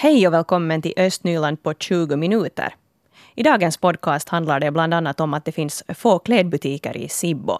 Hej och välkommen till Östnyland på 20 minuter. I dagens podcast handlar det bland annat om att det finns få klädbutiker i Sibbo.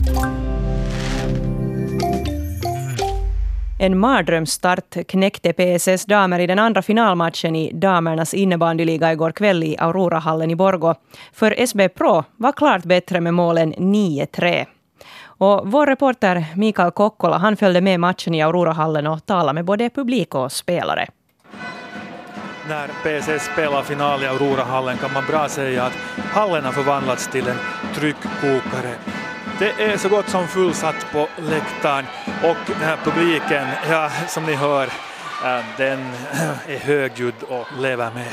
En mardrömsstart knäckte PSS damer i den andra finalmatchen i damernas innebandyliga igår kväll i Aurora-hallen i Borgå. För SB Pro var klart bättre med målen 9-3. Och vår reporter Mikael Kokkola, han följde med matchen i Aurora-hallen och talade med både publik och spelare. När PSS spelar final i Aurora-hallen kan man bra säga att hallen har förvandlats till en tryckkokare. Det är så gott som fullsatt på läktaren och den här publiken, ja, som ni hör, den är högljudd och lever med.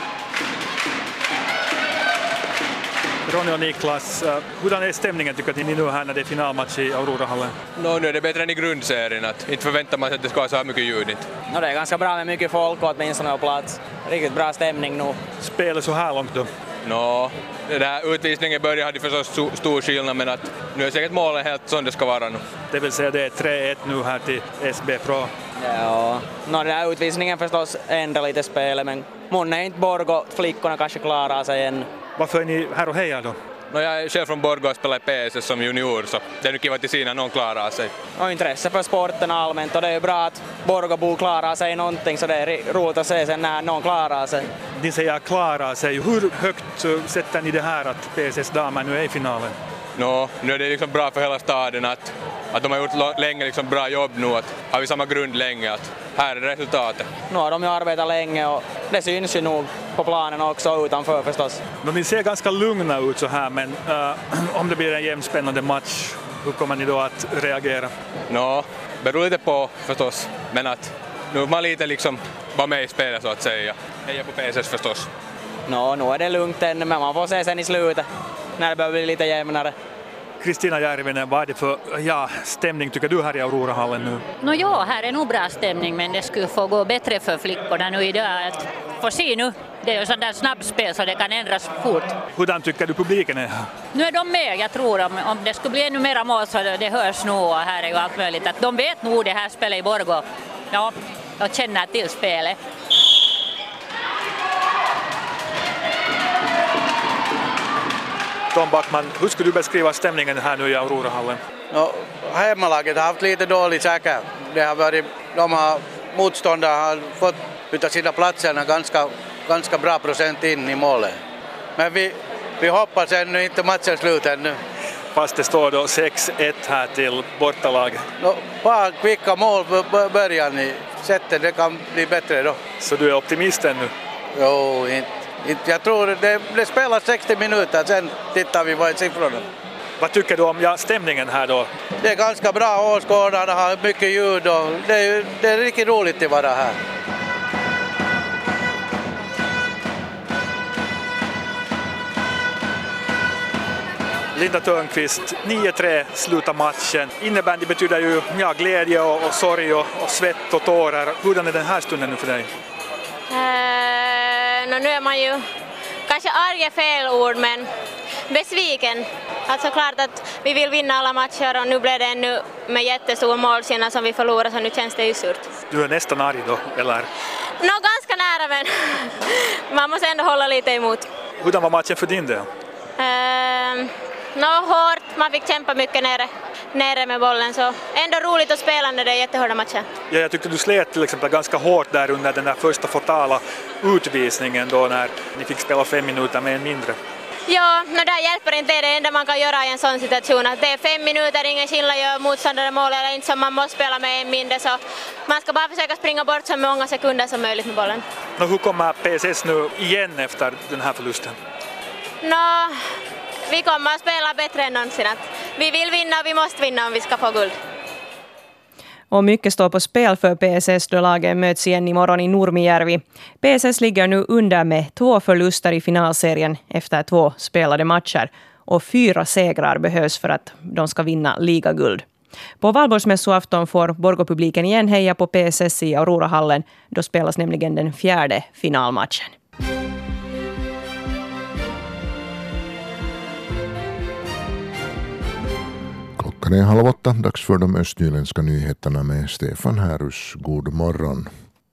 Ronny och Niklas, hurdan är stämningen tycker ni nu här när det är finalmatch i Aurora-hallen? Nu är det bättre än i grundserien, att inte förväntar man sig att det ska vara så här mycket ljud. Det är ganska bra med mycket folk och åtminstone på plats. Riktigt bra stämning nu. Spelet så här långt då? Den här utvisningen började hade förstås stor skillnad, men att nu är säkert målen helt som det ska vara nu. Det vill säga det är 3-1 nu här till SB Pro. Ja, den här utvisningen förstås ändrar lite spelet, men mun är inte Borgå, flickorna kanske klarar sig än. Varför är ni här och hejar då? Jag är själv från Borgå och spelar i PSS som junior, så det är nu kiva att se när någon klarar sig. Och intresse för sporten allmänt, och det är ju bra att Borgåbo klarar sig i någonting, så det är roligt att se sen när någon klarar sig. Ni säger klarar sig. Hur högt sätter ni det här att PSS damer nu är i finalen? Nu är det liksom bra för hela staden att de har gjort länge liksom bra jobb nu, att har vi samma grund länge, att här är resultatet. Nu har de ju arbetat länge och det syns ju nog på planen också utanför förstås. Ni ser ganska lugna ut så här, men om det blir en jämnspännande match, hur kommer ni då att reagera? Beror lite på förstås, men att nu man lite liksom var med i spelet så att säga. Heja på PSS förstås. Nu är det lugnt ännu, men man får se sen i slutet när det börjar bli lite jämnare. Kristina Järvinen, vad är det för stämning tycker du här i Aurora-hallen nu? Här är nog bra stämning, men det skulle få gå bättre för flickorna nu idag. Får se nu, det är ju sådant där snabbspel så det kan ändras fort. Hurdan tycker du publiken är här? Nu är de med, jag tror om det skulle bli ännu mera mål så det hörs nog, och här är ju allt möjligt. Att de vet nog det här spelet i Borgå. Ja, de känner till spelet. Tom Backman, hur skulle du beskriva stämningen här nu i Aurora-hallen? Hemmalaget har haft lite dåligt säkert. Motståndare har fått utav sina platserna ganska bra procent in i målet. Men vi hoppas ännu inte matchen slut ännu. Fast det står då 6-1 här till bortalaget. Bara kvicka mål början i sättet, det kan bli bättre då. Så du är optimist ännu? Jo, inte. Jag tror det spelar 60 minuter, sen tittar vi på siffrorna. Vad tycker du om stämningen här då? Det är ganska bra, åskådarna har mycket ljud och det är riktigt roligt att vara här. Linda Törnqvist, 9-3 slutar matchen. Innebandy betyder ju glädje och sorg och svett och tårar. Hurdan är den här stunden nu för dig? Nu är man ju kanske arg är fel ord, men besviken. Alltså klart att vi vill vinna alla matcher och nu blev det ännu med jättestor målskillnad som vi förlorar, så nu känns det ju surt. Du är nästan arg då, eller? Ganska nära, men man måste ändå hålla lite emot. Hurdan var matchen för din del? Hårt, man fick kämpa mycket nere med bollen, så ändå roligt att spela när det är jättehårda matcher. Ja, jag tyckte du slet till exempel ganska hårt där under den där första fatala utvisningen då när ni fick spela 5 minuter med en mindre. Ja, där hjälper inte det enda man kan göra i en sån situation. Att det är 5 minuter, ingen skillnad gör motståndare mål eller inte, som man måste spela med en mindre, så man ska bara försöka springa bort så många sekunder som möjligt med bollen. Hur kommer PSS nu igen efter den här förlusten? Vi kommer att spela bättre än någonsin. Vi vill vinna och vi måste vinna om vi ska få guld. Och mycket står på spel för PSS då lagen möts igen imorgon i Nurmijärvi. PSS ligger nu under med 2 förluster i finalserien efter 2 spelade matcher. Och 4 segrar behövs för att de ska vinna ligaguld. På valborgsmässoafton får Borgå-publiken igen heja på PSS i Aurora-hallen. Då spelas nämligen den 4:e finalmatchen. Klockan är 7:30, dags för de östnyländska nyheterna med Stefan Härus. God morgon.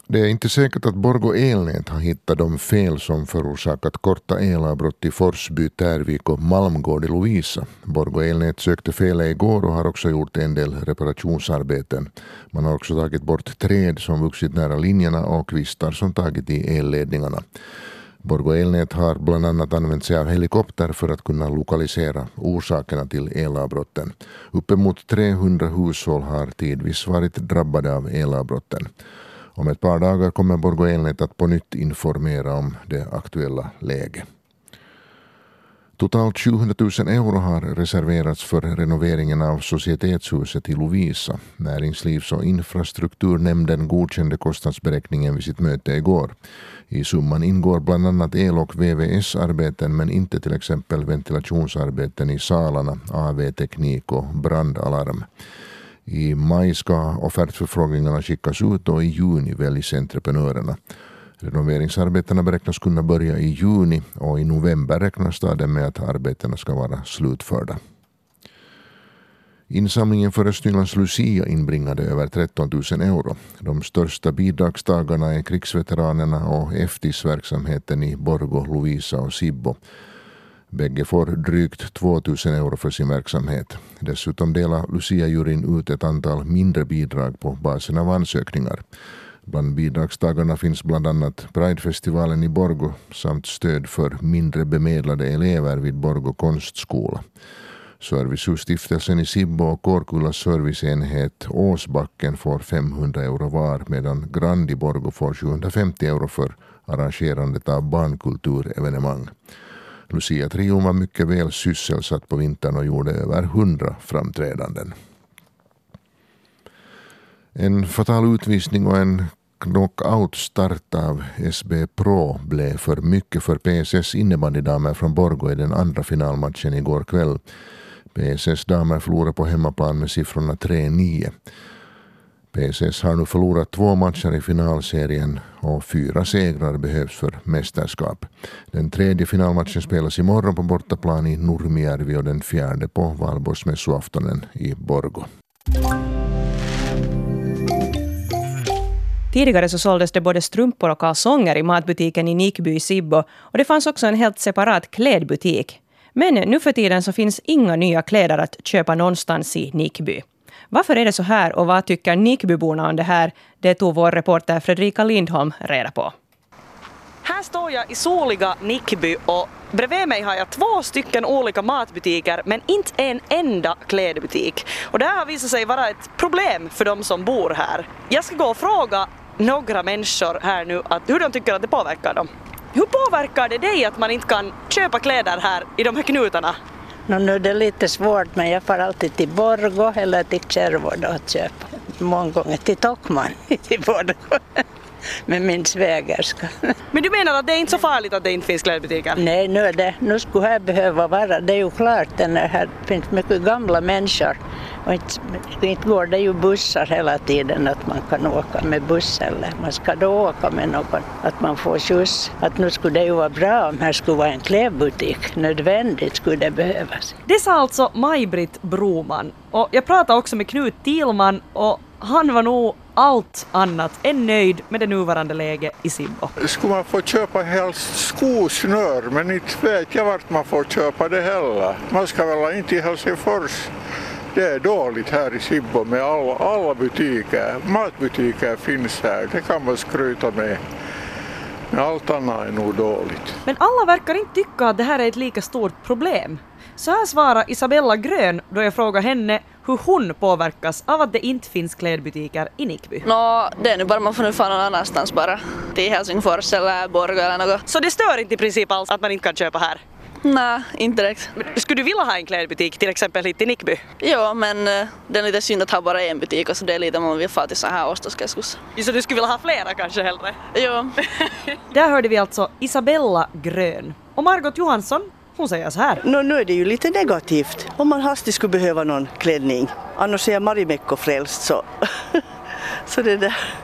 Det är inte säkert att Borgå elnät har hittat de fel som förorsakat korta elavbrott i Forsby, Tärvik och Malmgård i Lovisa. Borgå elnät sökte felet igår och har också gjort en del reparationsarbeten. Man har också tagit bort träd som vuxit nära linjerna och kvistar som tagit i elledningarna. Borgå elnät har bland annat använt sig av helikopter för att kunna lokalisera orsakerna till elavbrotten. Uppemot 300 hushåll har tidvis varit drabbade av elavbrotten. Om ett par dagar kommer Borgå elnät att på nytt informera om det aktuella läget. Totalt 700 000 euro har reserverats för renoveringen av Societetshuset i Lovisa. Näringslivs- och infrastrukturnämnden godkände kostnadsberäkningen vid sitt möte igår. I summan ingår bland annat el- och VVS-arbeten men inte till exempel ventilationsarbeten i salarna, AV-teknik och brandalarm. I maj ska offertförfrågningarna skickas ut och i juni väljs entreprenörerna. Renoveringsarbetena beräknas kunna börja i juni och i november räknar staden med att arbetena ska vara slutförda. Insamlingen för Östnylands Lucia inbringade över 13 000 euro. De största bidragstagarna är krigsveteranerna och FTIS-verksamheten i Borgå, Lovisa och Sibbo. Bägge får drygt 2 000 euro för sin verksamhet. Dessutom delar Lucia-juryn ut ett antal mindre bidrag på basen av ansökningar. Bland bidragstagarna finns bland annat Pridefestivalen i Borgå samt stöd för mindre bemedlade elever vid Borgå konstskola. Servicehusstiftelsen i Sibbo och Kårkullas serviceenhet Åsbacken får 500 euro var medan Grand i Borgå får 750 euro för arrangerandet av barnkulturevenemang. Lucia-trion var mycket väl sysselsatt på vintern och gjorde över 100 framträdanden. En fatal utvisning och en knockout-start av SB Pro blev för mycket för PSS innebandydamer från Borgå i den andra finalmatchen igår kväll. PSS damer förlorade på hemmaplan med siffrorna 3-9. PSS har nu förlorat 2 matcher i finalserien och 4 segrar behövs för mästerskap. Den tredje finalmatchen spelas imorgon på bortaplan i Nurmijärvi och den fjärde på Valborgsmässoaftonen i Borgå. Tidigare så såldes det både strumpor och kalsonger i matbutiken i Nikby i Sibbo och det fanns också en helt separat klädbutik. Men nu för tiden så finns inga nya kläder att köpa någonstans i Nikby. Varför är det så här och vad tycker Nikbyborna om det här? Det tog vår reporter Fredrika Lindholm reda på. Här står jag i soliga Nikby och bredvid mig har jag 2 stycken olika matbutiker men inte en enda klädbutik. Och det här har visat sig vara ett problem för de som bor här. Jag ska gå och fråga några människor här nu hur de tycker att det påverkar dem. Hur påverkar det dig att man inte kan köpa kläder här i de här knutarna? Nu är det lite svårt men jag får alltid till Borgå eller till Kärvård att köpa. Många gånger till Tockman i Borgå. Med min svägerska. Men du menar att det är inte så farligt att det inte finns klädbutiker? Nej, nu skulle här behöva vara. Det är ju klart att här finns mycket gamla människor. Och inte går det ju bussar hela tiden att man kan åka med buss eller man ska då åka med någon. Att man får skjuts. Att nu skulle det ju vara bra om här skulle vara en klädbutik. Nödvändigt skulle det behövas. Det sa alltså Maj-Britt Broman. Och jag pratade också med Knut Tillman och han var nog allt annat än nöjd med det nuvarande läget i Sibbo. Skulle man få köpa helst skosnör, men inte vet jag vart man får köpa det heller. Man ska väl inte i Helsingfors. Det är dåligt här i Sibbo med alla butiker. Matbutiker finns här, det kan man skryta med. Men allt annat är nog dåligt. Men alla verkar inte tycka att det här är ett lika stort problem. Så här svarar Isabella Grön då jag frågar henne hur hon påverkas av att det inte finns klädbutiker i Nikby. Det är nu bara man får nu få någon annanstans bara. Till Helsingfors eller Borgå eller något. Så det stör inte i princip alls att man inte kan köpa här? Nej, inte direkt. Skulle du vilja ha en klädbutik till exempel hit i Nikby? Jo, men det är lite synd att ha bara en butik och så det är lite man vill få till så här ostoskeskus. Så du skulle vilja ha flera kanske hellre? Jo. Där hörde vi alltså Isabella Grön. Och Margot Johansson, hon säger så här. Nu är det ju lite negativt om man hastigt skulle behöva någon klädning. Annars är jag Marimekko frälst så det där.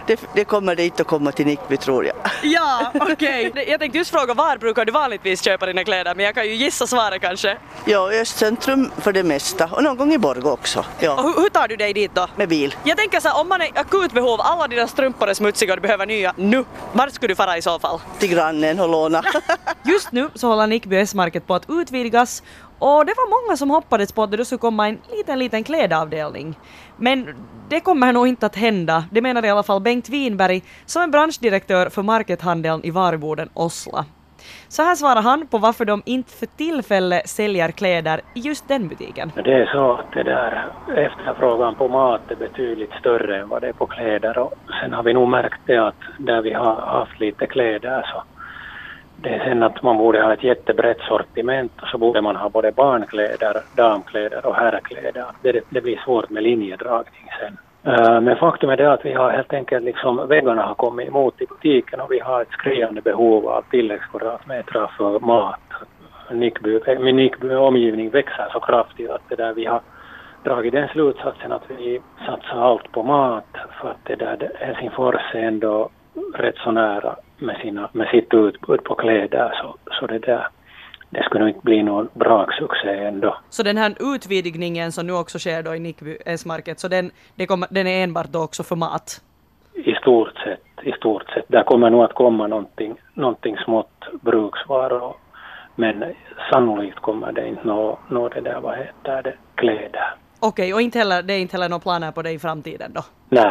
Det kommer det inte att komma till Nickby, tror jag. Ja, okej. Jag tänkte just fråga, var brukar du vanligtvis köpa dina kläder? Men jag kan ju gissa svaret kanske. Ja, i Östcentrum för det mesta. Och någon gång i Borgå också. Ja. Och hur tar du dig dit då? Med bil. Jag tänker så här, om man är akut behov, alla dina strumpor är smutsiga och du behöver nya nu. Vart skulle du fara i så fall? Till grannen och låna. Just nu så håller Nickby S-market på att utvidgas. Och det var många som hoppades på att det skulle komma en liten klädavdelning. Men det kommer nog inte att hända. Det menar i alla fall Bengt Winberg som är branschdirektör för markethandeln i varuboden Osla. Så här svarar han på varför de inte för tillfälle säljer kläder i just den butiken. Det är så att det där efterfrågan på mat är betydligt större än vad det är på kläder. Och sen har vi nog märkt det att där vi har haft lite kläder så det är sen att man borde ha ett jättebrett sortiment och så borde man ha både barnkläder, damkläder och herrkläder. Det blir svårt med linjedragning sen. Men faktum är det att vi har helt enkelt liksom väggarna har kommit emot i butiken och vi har ett skriande behov av tilläggskvadratmeter för mat. Nickby omgivning växer så kraftigt att det där vi har dragit den slutsatsen att vi satsar allt på mat för att det där Helsingfors är ändå rätt så nära med sitt utbud på kläder så det skulle nog inte bli någon braksuccé ändå. Så den här utvidgningen som nu också sker då i Nickby S-market, så den är enbart då också för mat? I stort sett. Där kommer nog att komma någonting smått bruksvaror, men sannolikt kommer det inte nå det där, vad heter det, kläder. Okej, och det är inte heller några planer på det i framtiden då? Nej.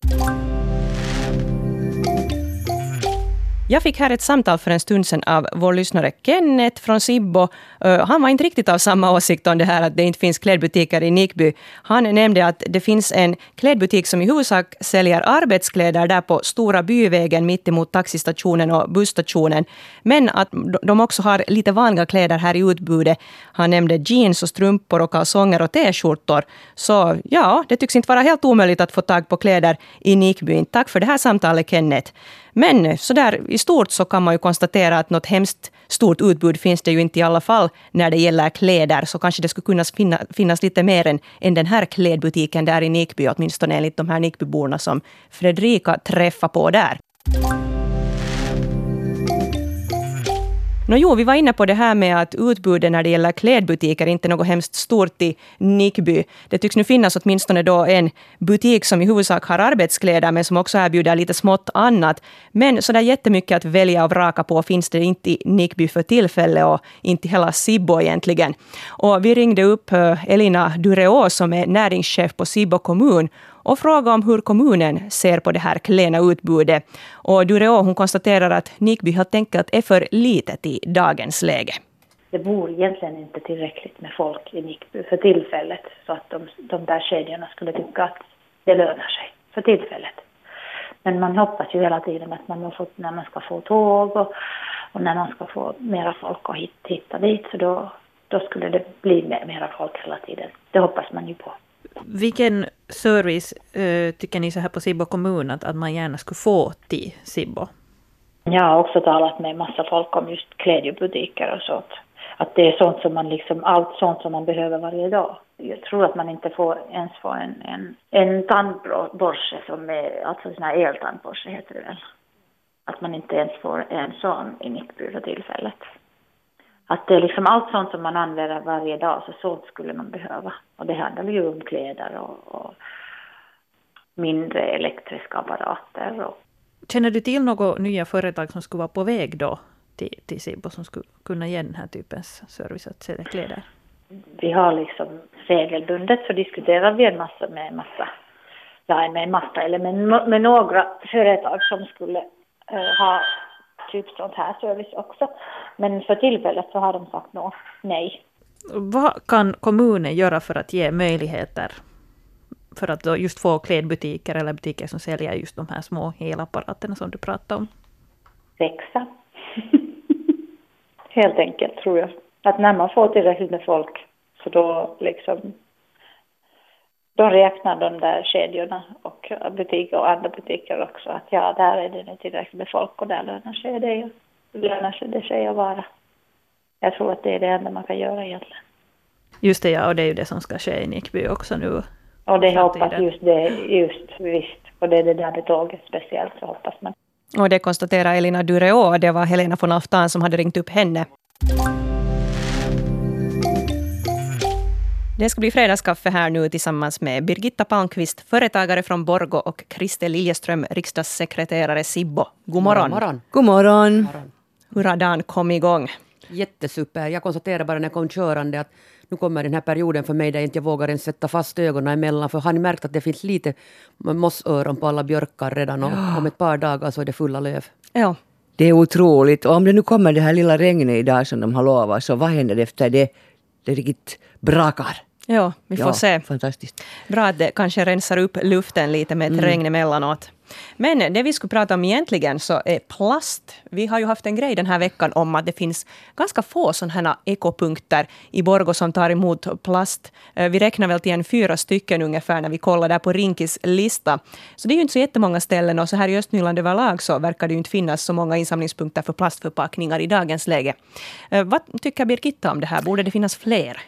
Jag fick här ett samtal för en stund sedan av vår lyssnare Kenneth från Sibbo. Han var inte riktigt av samma åsikt om det här att det inte finns klädbutiker i Nickby. Han nämnde att det finns en klädbutik som i huvudsak säljer arbetskläder där på Stora Byvägen mitt emot taxistationen och busstationen. Men att de också har lite vanliga kläder här i utbudet. Han nämnde jeans och strumpor och kalsonger och t-skjortor. Så ja, det tycks inte vara helt omöjligt att få tag på kläder i Nickby. Tack för det här samtalet, Kenneth. Men så där i stort så kan man ju konstatera att något hemskt stort utbud finns det ju inte i alla fall när det gäller kläder. Så kanske det skulle kunna finnas lite mer än den här klädbutiken där i Nickby, åtminstone enligt de här Nickbyborna som Fredrika träffar på där. Vi var inne på det här med att utbudet när det gäller klädbutiker inte är något hemskt stort i Nickby. Det tycks nu finnas åtminstone då en butik som i huvudsak har arbetskläder men som också erbjuder lite smått annat. Men så där jättemycket att välja och vraka på finns det inte i Nickby för tillfälle och inte hela Sibbo egentligen. Och vi ringde upp Elina Dureå som är näringschef på Sibbo kommun och fråga om hur kommunen ser på det här klena utbudet. Och Dureå, hon konstaterar att Nickby helt enkelt är för litet i dagens läge. Det bor egentligen inte tillräckligt med folk i Nickby för tillfället så att de där kedjorna skulle tycka att det lönar sig för tillfället. Men man hoppas ju hela tiden att när man ska få tåg och när man ska få mera folk att hitta dit så då skulle det bli mera folk hela tiden. Det hoppas man ju på. Vilken service tycker ni så här på Sibbo kommun att man gärna skulle få till Sibbo? Jag har också talat med massa folk om just klädbutiker och sånt. Att det är sånt som man liksom, allt sånt som man behöver varje dag. Jag tror att man inte ens får en tandborste som är, alltså sån här eltandborste heter det väl. Att man inte ens får en sån i Nickby för tillfället. Att det är liksom allt sånt som man använder varje dag, så sånt skulle man behöva. Och det handlar ju om kläder och mindre elektriska apparater. Känner du till några nya företag som skulle vara på väg då till Sibbo som skulle kunna ge den här typens service att sälja kläder? Vi har liksom regelbundet så diskuterar vi med några företag som skulle ha typ sånt här service också. Men för tillfället så har de sagt nej. Vad kan kommunen göra för att ge möjligheter för att då just få klädbutiker eller butiker som säljer just de här små helapparaterna som du pratade om? Växa. Helt enkelt tror jag. Att när man får tillräckligt med folk så då räknar de där kedjorna och butiker och andra butiker också att ja, där är det tillräckligt med folk och där lönar det sig att vara. Jag tror att det är det enda man kan göra egentligen. Just det, ja, och det är ju det som ska ske i Nickby också nu. Och det hoppas visst. Och det är det där med tåget speciellt, så hoppas man. Och det konstaterar Elina Dureau. Det var Helena von Aftan som hade ringt upp henne. Det ska bli fredagskaffe här nu tillsammans med Birgitta Palmqvist, företagare från Borgå, och Christer Liljeström, riksdagssekreterare Sibbo. God morgon. God morgon. Hur har dagen kommit igång? Jättesuper. Jag konstaterar bara när jag kom körande att nu kommer den här perioden för mig där jag inte vågar ens sätta fast ögonen emellan. För har ni märkt att det finns lite mossöron på alla björkar redan och om ett par dagar så är det fulla löv. Ja. Det är otroligt. Och om det nu kommer det här lilla regnet idag som de har lovat, så vad händer efter det? Det riktigt brakar. Ja, vi får se. Fantastiskt. Bra att det kanske rensar upp luften lite med ett regn emellanåt. Men det vi skulle prata om egentligen så är plast. Vi har ju haft en grej den här veckan om att det finns ganska få sådana här ekopunkter i Borgå som tar emot plast. Vi räknar väl till 4 stycken ungefär när vi kollar där på Rinkis lista. Så det är ju inte så jättemånga ställen, och så här i Östnyland överlag så verkar det ju inte finnas så många insamlingspunkter för plastförpackningar i dagens läge. Vad tycker Birgitta om det här? Borde det finnas fler?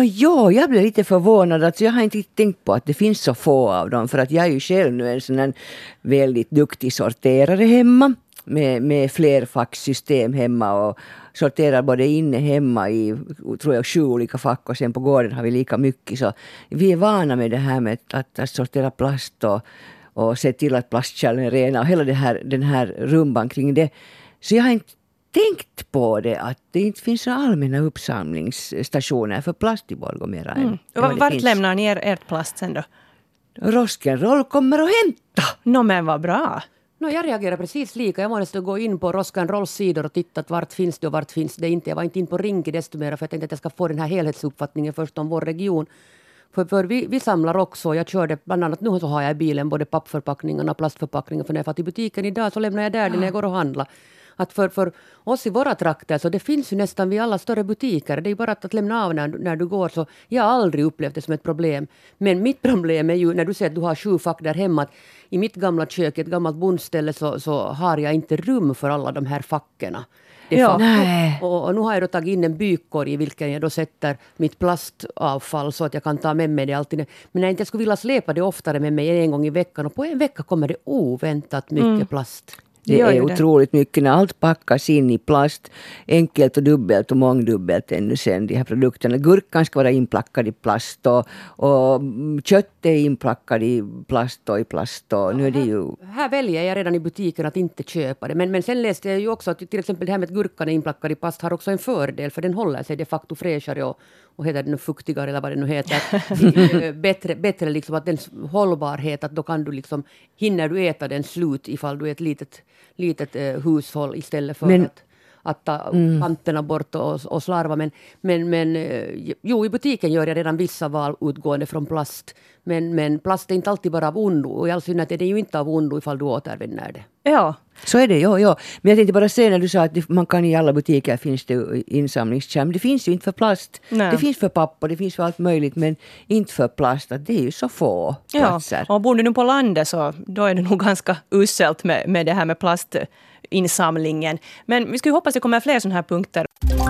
Jag blev lite förvånad. Alltså jag har inte tänkt på att det finns så få av dem. För att jag är ju själv nu en sån här väldigt duktig sorterare hemma. Med flerfacksystem hemma och sorterar både inne hemma i, tror jag, 7 olika fack, och sen på gården har vi lika mycket. Så vi är vana med det här med att sortera plast och se till att plastkärlen är rena och hela den här rumban kring det. Så jag har inte tänkt på det, att det inte finns några allmänna uppsamlingsstationer för plast i Borgå mera än. Vart lämnar ni ert plast sen då? Rock'n'Roll kommer att hämta. Men vad bra. Jag reagerar precis lika. Jag måste gå in på Rock'n'Rolls sidor och titta att vart finns det och vart finns det inte. Jag var inte in på Rinki desto mer, för jag tänkte att jag ska få den här helhetsuppfattningen först om vår region. För vi samlar också, jag körde bland annat, nu så har jag i bilen både pappförpackningarna och plastförpackningar, för när jag får till butiken idag så lämnar jag där när jag går och handlar. Att för oss i våra trakter så det finns ju nästan vid alla större butiker. Det är ju bara att lämna av när du går, så jag har aldrig upplevt det som ett problem. Men mitt problem är ju när du säger att du har 7 fack där hemma. Att i mitt gamla kök, ett gammalt bondställe, så har jag inte rum för alla de här fackerna. Och nu har jag då tagit in en bykorg i vilken jag då sätter mitt plastavfall så att jag kan ta med mig det alltid. Men när jag inte skulle vilja släpa det oftare med mig en gång i veckan, och på en vecka kommer det oväntat mycket plast. Det är otroligt mycket när allt packas in i plast. Enkelt och dubbelt och mångdubbelt ännu sen, de här produkterna. Gurkan ska vara inplackad i plast och kött är inplackad i plast och i plast. Och nu är det ju... Här väljer jag redan i butiken att inte köpa det. Men sen läste jag ju också att till exempel det här med att gurkan är inplackad i plast har också en fördel. För den håller sig de facto fräschare och heter den fuktigare eller vad det nu heter. bättre liksom att dens hållbarhet, att då kan du liksom, hinner du äta den slut ifall du är ett litet hushåll istället för att ta kanterna bort och slarva. Men i butiken gör jag redan vissa val utgående från plast. Men plast är inte alltid bara av ondo. Och i all synnerhet är det ju inte av ondo ifall du återvinner det. Ja. Så är det, ja. Men jag tänkte bara säga när du sa att man kan i alla butiker finns det insamlingskärm. Det finns ju inte för plast. Nej. Det finns för papper, det finns för allt möjligt, men inte för plast. Det är ju så få platser. Och bor du nu på landet så då är det nog ganska uselt med det här med plastinsamlingen. Men vi ska ju hoppas att det kommer fler sådana här punkter.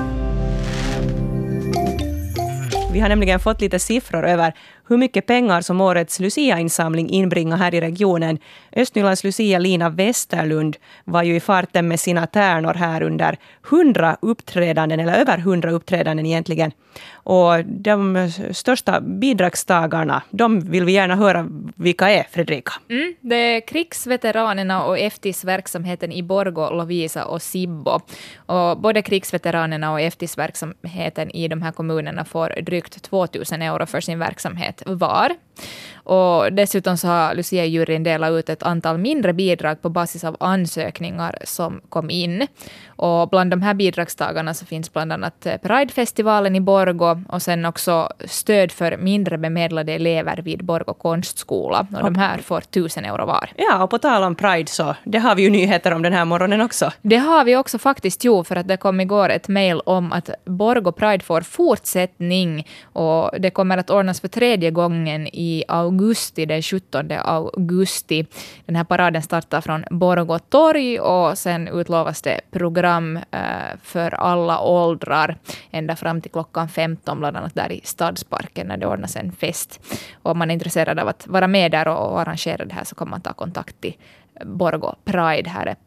Vi har nämligen fått lite siffror över hur mycket pengar som årets Lucia-insamling inbringar här i regionen. Östnylands Lucia Lina Westerlund var ju i farten med sina tärnor här under 100 uppträdanden, eller över 100 uppträdanden egentligen. Och de största bidragstagarna, de vill vi gärna höra vilka är, Fredrika. Det är krigsveteranerna och FTIS-verksamheten i Borgå, Lovisa och Sibbo. Och både krigsveteranerna och FTIS-verksamheten i de här kommunerna får drygt 2000 euro för sin verksamhet var. Och dessutom så har Lucia-juryn delat ut ett antal mindre bidrag på basis av ansökningar som kom in. Och bland de här bidragstagarna så finns bland annat Pride-festivalen i Borgå och sen också stöd för mindre bemedlade elever vid Borgå konstskola. Och de här får 1000 euro var. Ja, och på tal om Pride så det har vi ju nyheter om den här morgonen också. Det har vi också faktiskt, för att det kom igår ett mejl om att Borgå Pride får fortsättning och det kommer att ordnas för 3:e gången i i augusti, den 17 augusti. Den här paraden startar från Borgå torg och sen utlovas det program för alla åldrar ända fram till klockan 15, bland annat där i Stadsparken när det ordnas en fest. Och om man är intresserad av att vara med där och arrangera det här så kan man ta kontakt till Borgå Pride. Här är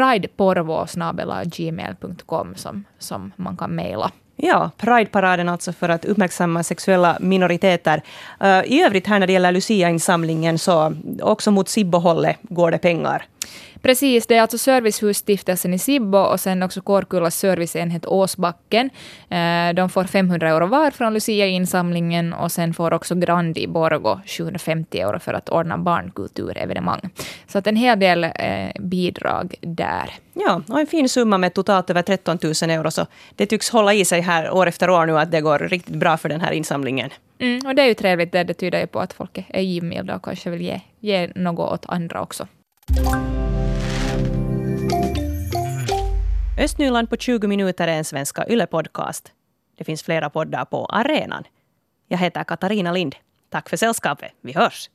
prideporvo@gmail.com som man kan mejla. Ja, Pride-paraden alltså för att uppmärksamma sexuella minoriteter. I övrigt här när det gäller Lucia-insamlingen så också mot Sibbo-hållet går det pengar. Precis, det är alltså Servicehusstiftelsen i Sibbo och sen också Kårkullas serviceenhet Åsbacken. De får 500 euro var från Lucia-insamlingen och sen får också Grand i Borgå 750 euro för att ordna barnkulturevenemang. Så att en hel del bidrag där. Ja, och en fin summa med totalt över 13 000 euro. Så det tycks hålla i sig här år efter år nu att det går riktigt bra för den här insamlingen. Och det är ju trevligt, det tyder ju på att folk är givmilda och kanske vill ge något åt andra också. Östnyland på 20 minuter är en svenska Yle-podcast. Det finns flera poddar på arenan. Jag heter Katarina Lind. Tack för sällskapet. Vi hörs!